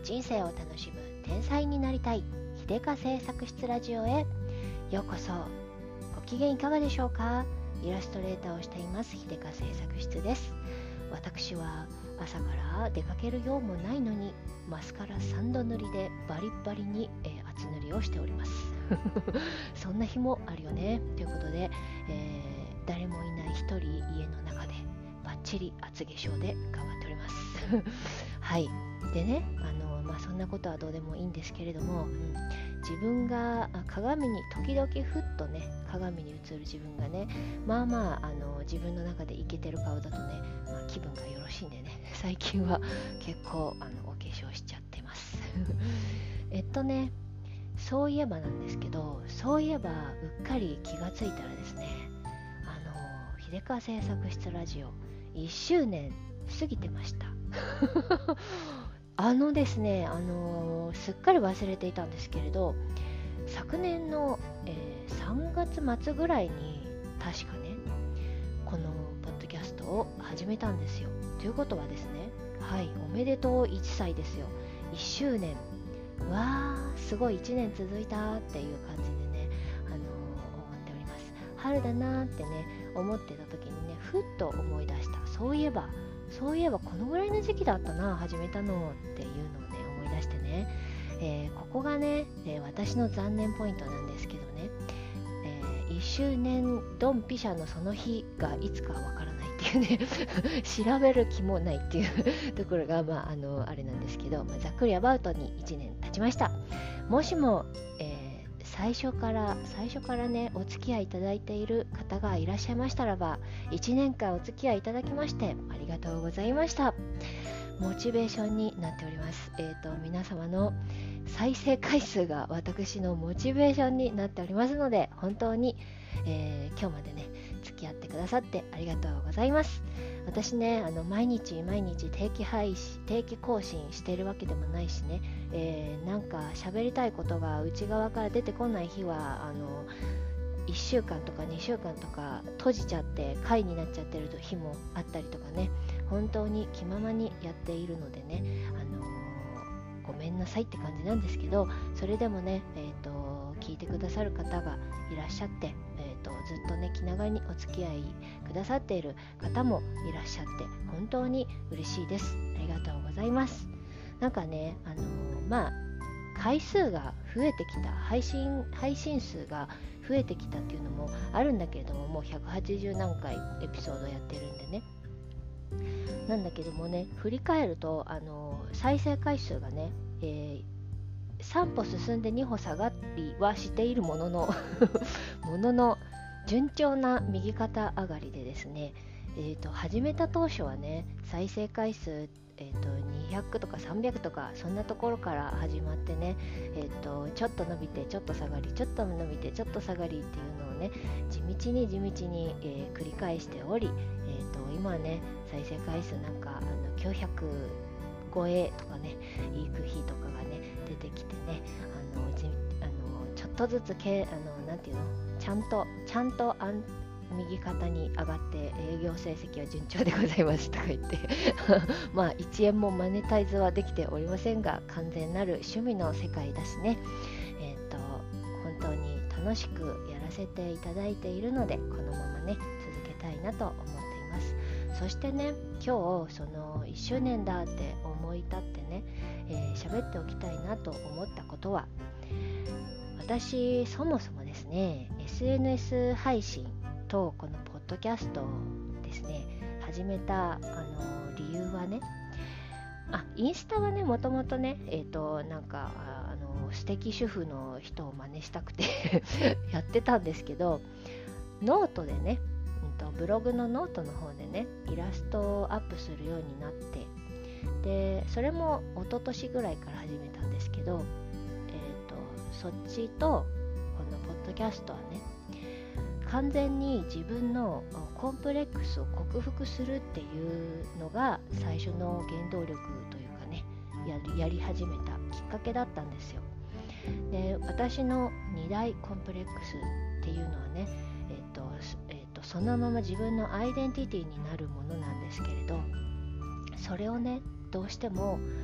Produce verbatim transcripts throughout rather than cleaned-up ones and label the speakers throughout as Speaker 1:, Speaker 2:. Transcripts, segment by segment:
Speaker 1: 人生を楽しむ天才になりたい秀香製作室ラジオへようこそ。ご機嫌いかがでしょうか。イラストレーターをしています秀香製作室です。私は朝から出かけるようもないのにマスカラさんど塗りでバリバリに、えー、厚塗りをしておりますそんな日もあるよねということで、えー、誰もいない一人家の中でバッチリ厚化粧で頑張っておりますはいでねあの、まあ、そんなことはどうでもいいんですけれども、うん、自分が鏡に時々ふっとね鏡に映る自分がねまあまあ、あの自分の中でイケてる顔だとね、まあ、気分がよろしいんでね最近は結構あのお化粧しちゃってますえっとねそういえばなんですけどそういえばうっかり気がついたらですねあの秀香製作室ラジオいっしゅうねん過ぎてましたあのですねあのすっかり忘れていたんですけれど昨年の、えー、さんがつ末ぐらいに確かねこのポッドキャストを始めたんですよ。ということはですねはいおめでとういっさいですよ。いっしゅうねんわーすごいいちねん続いたっていう感じでね、あのー、思っております。春だなーってね思ってた時にねふっと思い出した。そういえばそういえばこのぐらいの時期だったな始めたのっていうのをね思い出してね、えー、ここがね、えー、私の残念ポイントなんですけどね、えー、いっしゅうねんドンピシャのその日がいつかわからないっていうね調べる気もないっていうところがまああのあれなんですけど、まあ、ざっくりアバウトにいちねん経ちました。もしも、えー最初から最初からねお付き合いいただいている方がいらっしゃいましたらばいちねんかんお付き合いいただきましてありがとうございました。モチベーションになっております。えーと皆様の再生回数が私のモチベーションになっておりますので本当に、えー、今日までね付き合ってくださってありがとうございます。私ねあの毎日毎日定期配信定期更新しているわけでもないしね、えー、なんか喋りたいことが内側から出てこない日はあのいっしゅうかんとかにしゅうかんとか閉じちゃって回になっちゃってる日もあったりとかね本当に気ままにやっているのでね、あのー、ごめんなさいって感じなんですけどそれでもね、えーと、聞いてくださる方がいらっしゃって、えーと、ずっとね気長にお付き合いくださっている方もいらっしゃって本当に嬉しいです。ありがとうございます。なんかね、あのー、まあ回数が増えてきた配信配信数が増えてきたっていうのもあるんだけれどももうひゃくはちじゅうなんかいエピソードやってるんでねなんだけどもね振り返るとあの再生回数がね、えー、さんぽ進んでにほ下がりはしているもののものの順調な右肩上がりでですね、えーと、始めた当初はね再生回数えー、とにひゃくとかさんびゃくとかそんなところから始まってね、えー、とちょっと伸びてちょっと下がりちょっと伸びてちょっと下がりっていうのをね地道に地道に、えー、繰り返しており、えー、と今はね再生回数なんかあのきゅうひゃく超えとかね行く日とかがね出てきてねあのじあのちょっとずつけあのなんていうのちゃんとちゃんと安右肩に上がって営業成績は順調でございますとか言ってまあいちえんもマネタイズはできておりませんが完全なる趣味の世界だしねえっと本当に楽しくやらせていただいているのでこのままね続けたいなと思っています。そしてね今日そのいっしゅうねんだって思い立ってねえー、喋っておきたいなと思ったことは私そもそもですね エスエヌエス 配信とこのポッドキャストですね始めたあの理由はねあインスタはねもともとねえっとなんかあの素敵主婦の人を真似したくてやってたんですけどノートでね、うんと、ブログのノートの方でねイラストをアップするようになってでそれも一昨年ぐらいから始めたんですけど、えーと、そっちとこのポッドキャストはね完全に自分のコンプレックスを克服するっていうのが最初の原動力というかね やり、やり始めたきっかけだったんですよ。で私のに大コンプレックスっていうのはね、えーとえーと、そのまま自分のアイデンティティになるものなんですけれどそれをねどうしても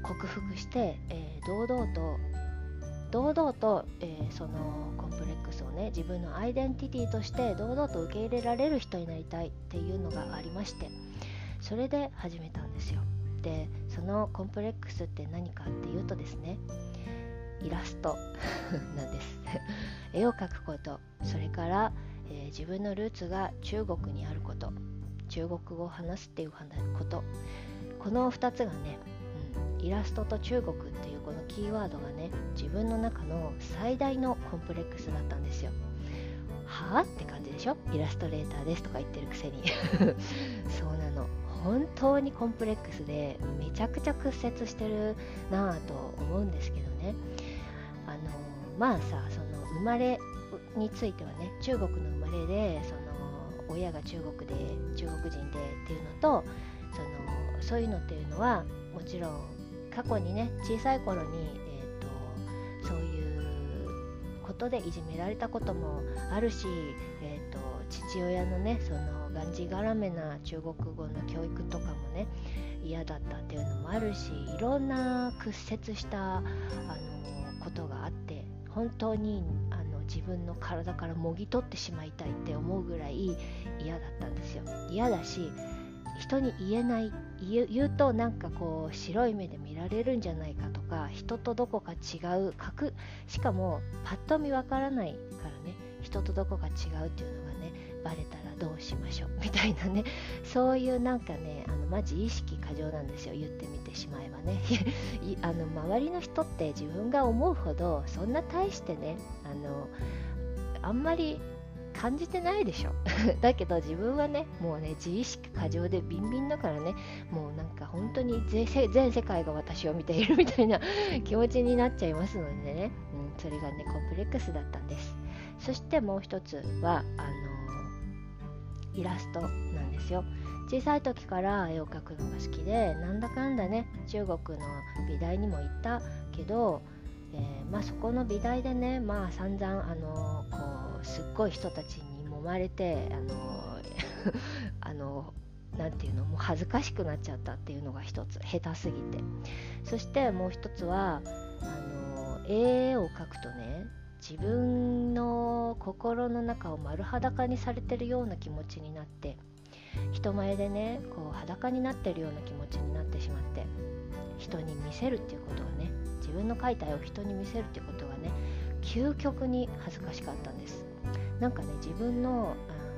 Speaker 1: 克服して、えー、堂々と堂々と、えー、そのコンプレックスをね、自分のアイデンティティとして堂々と受け入れられる人になりたいっていうのがありまして、それで始めたんですよ。で、そのコンプレックスって何かっていうとですね、イラストなんです絵を描くこと、それから、えー、自分のルーツが中国にあること、中国語を話すっていうこと、このふたつがね、うん、イラストと中国っていうこのキーワードがね、自分の中の最大のコンプレックスだったんですよ。はぁって感じでしょ、イラストレーターですとか言ってるくせにそうなの、本当にコンプレックスでめちゃくちゃ屈折してるなぁと思うんですけどね。あのまあさ、その生まれについてはね、中国の生まれで、その親が中国で中国人でっていうのと、そのそういうのっていうのはもちろん過去にね、小さい頃に、えーと、そういうことでいじめられたこともあるし、えーと、父親のね、そのがんじがらめな中国語の教育とかもね、嫌だったっていうのもあるし、いろんな屈折したあのことがあって、本当にあの自分の体からもぎ取ってしまいたいって思うぐらい嫌だったんですよ。嫌だし、人に言えない、言う、言うとなんかこう白い目で見られるんじゃないかとか、人とどこか違う、隠しかもパッと見わからないからね、人とどこか違うっていうのがね、バレたらどうしましょうみたいなね、そういうなんかね、あのマジ意識過剰なんですよ、言ってみてしまえばねあの周りの人って自分が思うほどそんな大してね、あのあんまり感じてないでしょだけど自分はね、もうね、自意識過剰でビンビンだからね、もうなんか本当に全世界が私を見ているみたいな気持ちになっちゃいますのでね、うん、それがねコンプレックスだったんです。そしてもう一つはあのイラストなんですよ。小さい時から絵を描くのが好きで、なんだかんだね、中国の美大にも行ったけど、えー、まあそこの美大でね、まあ散々あのこうすっごい人たちに揉まれて、あのあのなんていうの、もう恥ずかしくなっちゃったっていうのが一つ、下手すぎて。そしてもう一つはあの絵を描くとね、自分の心の中を丸裸にされてるような気持ちになって、人前でねこう裸になってるような気持ちになってしまって、人に見せるっていうことがね、自分の描いた絵を人に見せるっていうことがね、究極に恥ずかしかったんです。なんかね、自分の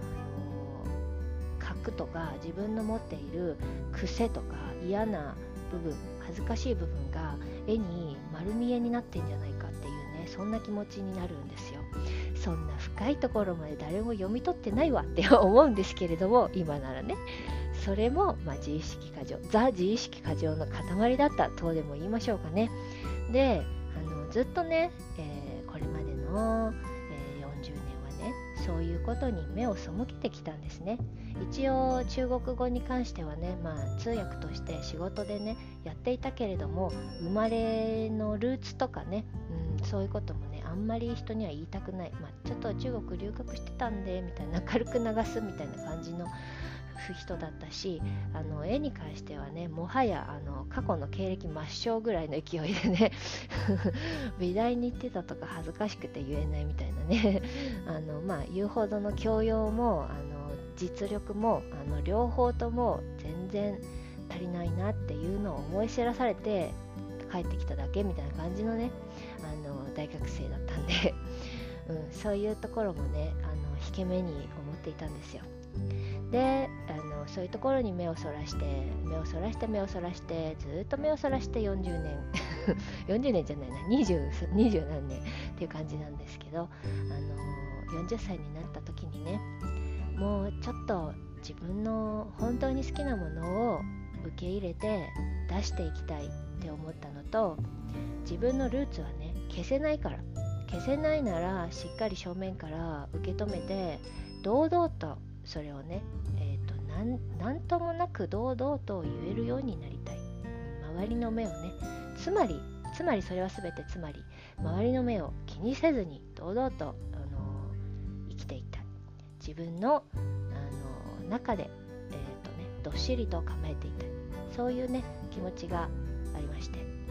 Speaker 1: あの描くとか、自分の持っている癖とか嫌な部分、恥ずかしい部分が絵に丸見えになってんじゃないかっていうね、そんな気持ちになるんですよ。そんな深いところまで誰も読み取ってないわって思うんですけれども、今ならね、それも、まあ、自意識過剰、ザ自意識過剰の塊だったとでも言いましょうかね。で、あのずっとね、えー、これまでの、えー、よんじゅうねんはね、そういうことに目を背けてきたんですね。一応中国語に関してはね、まあ、通訳として仕事でねやっていたけれども、生まれのルーツとかね、うん、そういうこともねあんまり人には言いたくない、まあ、ちょっと中国留学してたんでみたいな、軽く流すみたいな感じの人だったし、あの絵に関してはね、もはやあの過去の経歴抹消ぐらいの勢いでね美大に行ってたとか恥ずかしくて言えないみたいなねあの、まあ、言うほどの教養もあの実力もあの両方とも全然足りないなっていうのを思い知らされて帰ってきただけみたいな感じのね、あの大学生だったんで、うん、そういうところもねあの引け目に思っていたんですよ。で、あのそういうところに目をそらして目をそらして目をそらしてずっと目をそらしてよんじゅうねんよんじゅうねんじゃないな、にじゅう、にじゅう何年っていう感じなんですけど、あのよんじゅっさいになった時にね、もうちょっと自分の本当に好きなものを受け入れて出していきたいって思ったのと、自分のルーツはね消せないから、消せないならしっかり正面から受け止めて堂々とそれをね、えーと、なん、なんともなく堂々と言えるようになりたい。周りの目をね、つまりつまりそれは全てつまり周りの目を気にせずに堂々と、あのー、生きていったい。自分の、あのー、中で、えーとね、どっしりと構えていたい。そういうね気持ちがありまして、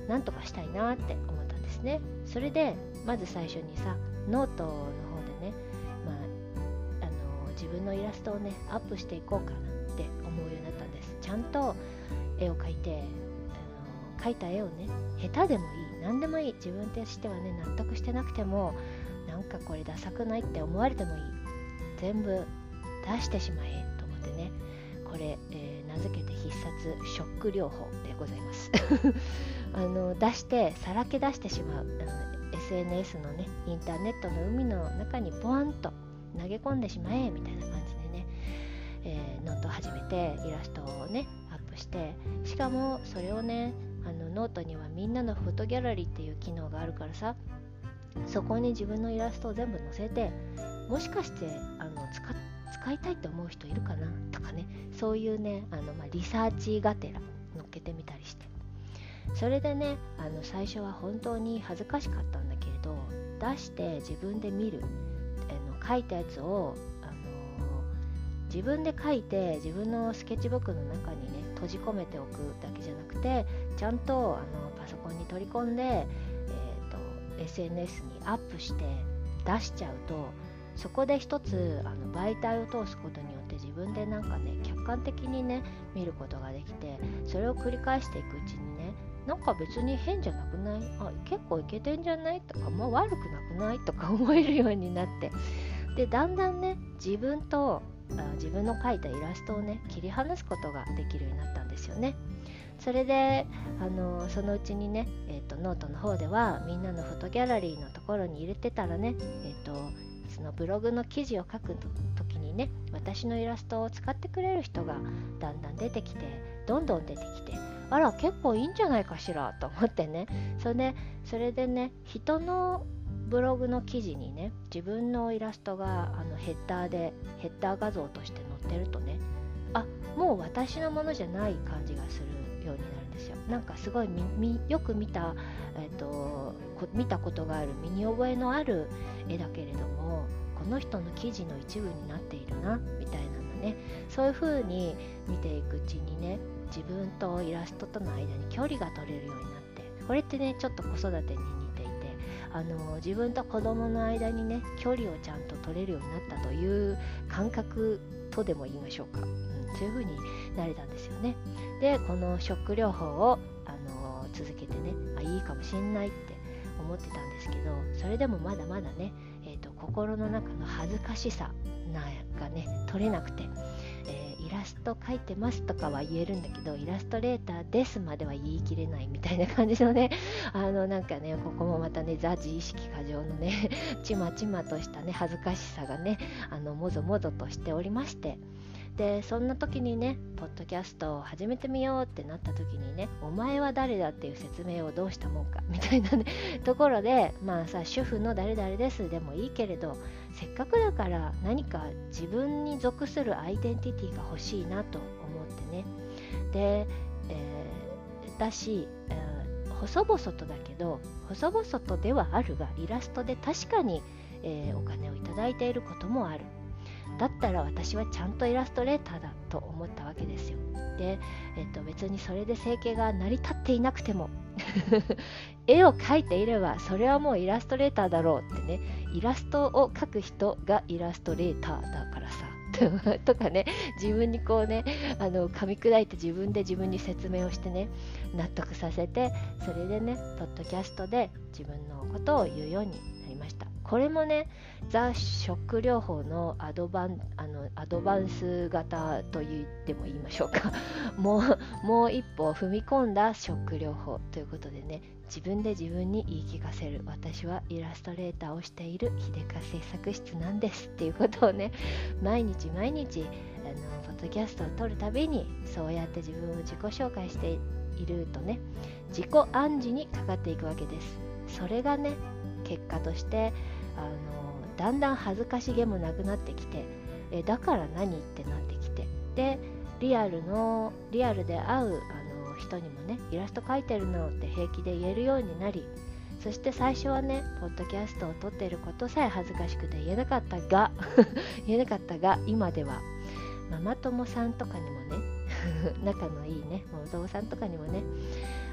Speaker 1: なんとかしたいなって思ったんですね。それでまず最初にさ、ノートの方でね、まあ、あの自分のイラストをねアップしていこうかなって思うようになったんです。ちゃんと絵を描いて、あの描いた絵をね、下手でもいい、何でもいい、自分としてはね納得してなくても、なんかこれダサくないって思われてもいい、全部出してしまえと思ってね、これ、えー、名付けて必殺ショック療法でございますあの出してさらけ出してしまう、あの エスエヌエス のね、インターネットの海の中にポワンと投げ込んでしまえみたいな感じでね、えー、ノートを始めてイラストをねアップして、しかもそれをね、あのノートにはみんなのフォトギャラリーっていう機能があるからさ、そこに自分のイラストを全部載せて、もしかしてあの 使, 使いたいって思う人いるかなとかね、そういうね、あの、まあ、リサーチがてら載っけてみたりして、それでね、あの最初は本当に恥ずかしかったんだけれど、出して自分で見る、あの書いたやつを、あの自分で書いて自分のスケッチブックの中にね閉じ込めておくだけじゃなくて、ちゃんとあのパソコンに取り込んで、えーと、エスエヌエス にアップして出しちゃうと、そこで一つあの媒体を通すことによって自分でなんかね客観的にね見ることができて、それを繰り返していくうちにね、なんか別に変じゃなくない、あ、結構いけてんじゃないとか、もう悪くなくないとか思えるようになって、でだんだんね自分とあ自分の描いたイラストをね切り離すことができるようになったんですよね。それであのそのうちにね、えーと、ノートの方ではみんなのフォトギャラリーのところに入れてたらね、えーとそのブログの記事を書く時にね、私のイラストを使ってくれる人がだんだん出てきて、どんどん出てきて、あら結構いいんじゃないかしらと思ってね、それで、それでね、人のブログの記事にね自分のイラストがあのヘッダーでヘッダー画像として載ってるとね、あ、もう私のものじゃない感じがするようになるんですよ。なんかすごいみみよく見た、えーと、こ見たことがある、身に覚えのある絵だけれども、この人の記事の一部になっているなみたいなのね、そういう風に見ていくうちにね、自分とイラストとの間に距離が取れるようになって、これってねちょっと子育てに似ていて、あの自分と子供の間にね距離をちゃんと取れるようになったという感覚とでも言いましょうか、うん、そういう風になれたんですよね。でこのショック療法をあの続けてね、あ、いいかもしんないって思ってたんですけど、それでもまだまだね、えーと、心の中の恥ずかしさなんかね取れなくて、えー、イラスト描いてますとかは言えるんだけど、イラストレーターですまでは言い切れないみたいな感じのね、あのなんかね、ここもまたね、ザ自意識過剰のねちまちまとしたね恥ずかしさがね、あのもぞもぞとしておりまして、でそんな時にね、ポッドキャストを始めてみようってなった時にね、お前は誰だっていう説明をどうしたもんかみたいなねところで、まあさ、主婦の誰々ですでもいいけれど、せっかくだから何か自分に属するアイデンティティが欲しいなと思ってね、で、えー、だし、えー、細々とだけど、細々とではあるが、イラストで確かに、えー、お金をいただいていることもある。だったら私はちゃんとイラストレーターだと思ったわけですよ。で、えっと、別にそれで生計が成り立っていなくても絵を描いていればそれはもうイラストレーターだろうってね、イラストを描く人がイラストレーターだからさとかね、自分にこうね、あの噛み砕いて自分で自分に説明をしてね、納得させて、それでね、ポッドキャストで自分のことを言うようになりました。これもね、ザ・ショック療法のアドバン、あのアドバンス型と言っても言いましょうかもう、もう一歩踏み込んだショック療法ということでね、自分で自分に言い聞かせる、私はイラストレーターをしている秀香製作室なんですっていうことをね、毎日毎日あのポッドキャストを撮るたびにそうやって自分を自己紹介しているとね、自己暗示にかかっていくわけです。それがね、結果としてあのだんだん恥ずかしげもなくなってきて、えだから何ってなってきて、でリアルのリアルで会うあの人にもね、イラスト描いてるのって平気で言えるようになり、そして最初はね、ポッドキャストを撮っていることさえ恥ずかしくて言えなかったが言えなかったが今ではママ友さんとかにもね仲のいいね、ママ友さんとかにもね、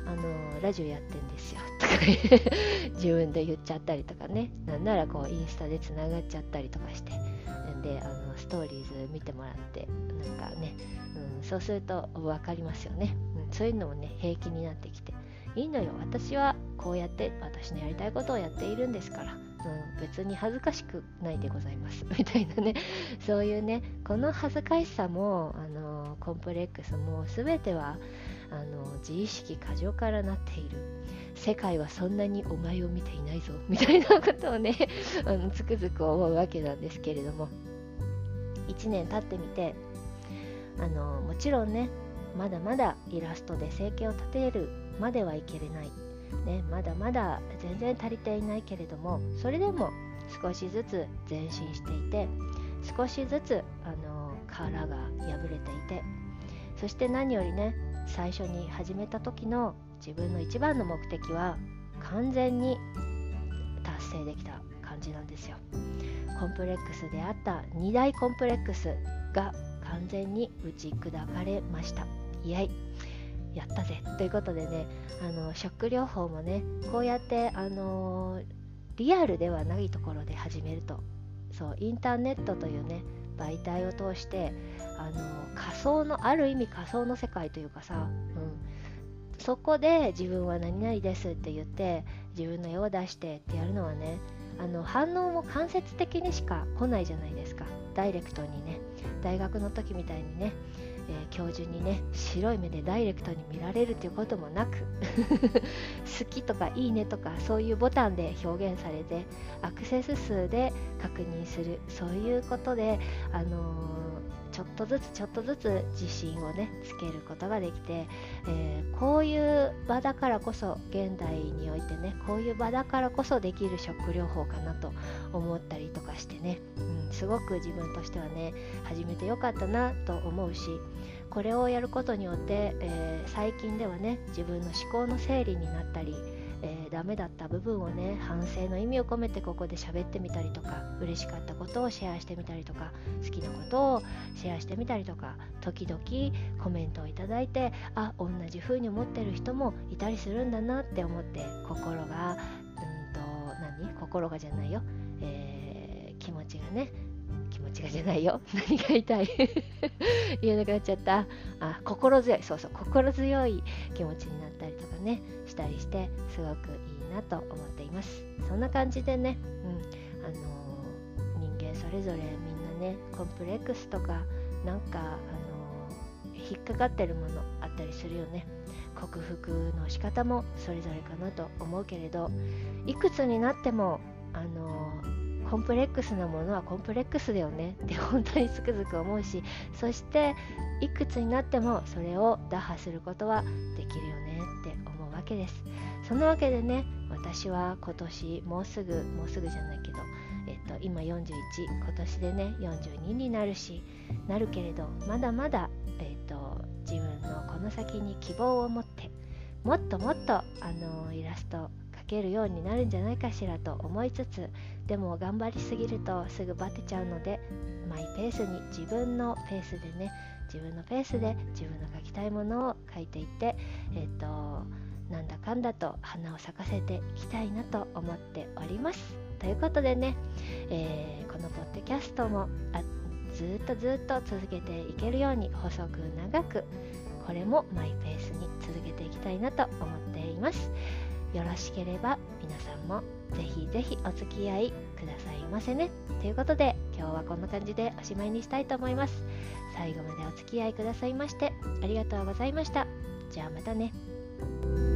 Speaker 1: あのラジオやってんですよとか自分で言っちゃったりとかね、なんならこうインスタでつながっちゃったりとかして、であのストーリーズ見てもらってなんかね、うん、そうすると分かりますよね、うん、そういうのもね平気になってきて、いいのよ、私はこうやって私のやりたいことをやっているんですから、うん、別に恥ずかしくないでございますみたいなね、そういうね、この恥ずかしさもあのコンプレックスも全てはあの自意識過剰からなっている、世界はそんなにお前を見ていないぞみたいなことをねあのつくづく思うわけなんですけれども、いちねん経ってみて、あのもちろんねまだまだイラストで生計を立てるまではいけれない、ね、まだまだ全然足りていないけれども、それでも少しずつ前進していて、少しずつあの殻が破れていて、そして何よりね最初に始めた時の自分の一番の目的は完全に達成できた感じなんですよ。コンプレックスであったに大コンプレックスが完全に打ち砕かれました。イエイ、やったぜということでね、あのショック療法もねこうやってあのリアルではないところで始めると、そうインターネットというね媒体を通してあの仮想のある意味仮想の世界というかさ、うん、そこで自分は何々ですって言って自分の絵を出してってやるのはね、あの反応も間接的にしか来ないじゃないですか。ダイレクトにね、大学の時みたいにね、えー、教授にね白い目でダイレクトに見られるということもなく好きとかいいねとかそういうボタンで表現されてアクセス数で確認する、そういうことで、あのーちょっとずつちょっとずつ自信をねつけることができて、えー、こういう場だからこそ、現代においてねこういう場だからこそできるショック療法かなと思ったりとかしてね、うん、すごく自分としてはね始めてよかったなと思うし、これをやることによって、えー、最近ではね自分の思考の整理になったり、えー、ダメだった部分をね反省の意味を込めてここで喋ってみたりとか、嬉しかったことをシェアしてみたりとか、好きなことをシェアしてみたりとか、時々コメントをいただいて、あ、同じ風に思ってる人もいたりするんだなって思って、心がうんと何心がじゃないよ、えー、気持ちがね気持ちがじゃないよ何が言いたい言えなくなっちゃった。あ、心強い、そうそう心強い気持ちになったりとかねしたりして、すごくいいなと思っています。そんな感じでね、うん、あのー、人間それぞれみんなねコンプレックスとかなんか、あのー、引っかかってるものあったりするよね。克服の仕方もそれぞれかなと思うけれど、いくつになってもあのーコンプレックスなものはコンプレックスだよねって本当につくづく思うし、そしていくつになってもそれを打破することはできるよねって思うわけです。そんなわけでね、私は今年もうすぐもうすぐじゃないけど、えっと、今よんじゅういち、今年でねよんじゅうにになるしなるけれど、まだまだ、えっと、自分のこの先に希望を持ってもっともっとあのイラスト描けるようになるんじゃないかしらと思いつつ、でも頑張りすぎるとすぐバテちゃうので、マイペースに自分のペースでね自分のペースで自分の描きたいものを描いていって、えっとなんだかんだと花を咲かせていきたいなと思っております。ということでね、えー、このポッドキャストもあずっとずっと続けていけるように細く長く、これもマイペースに続けていきたいなと思っています。よろしければ皆さんもぜひぜひお付き合いくださいませね。ということで今日はこんな感じでおしまいにしたいと思います。最後までお付き合いくださいましてありがとうございました。じゃあまたね。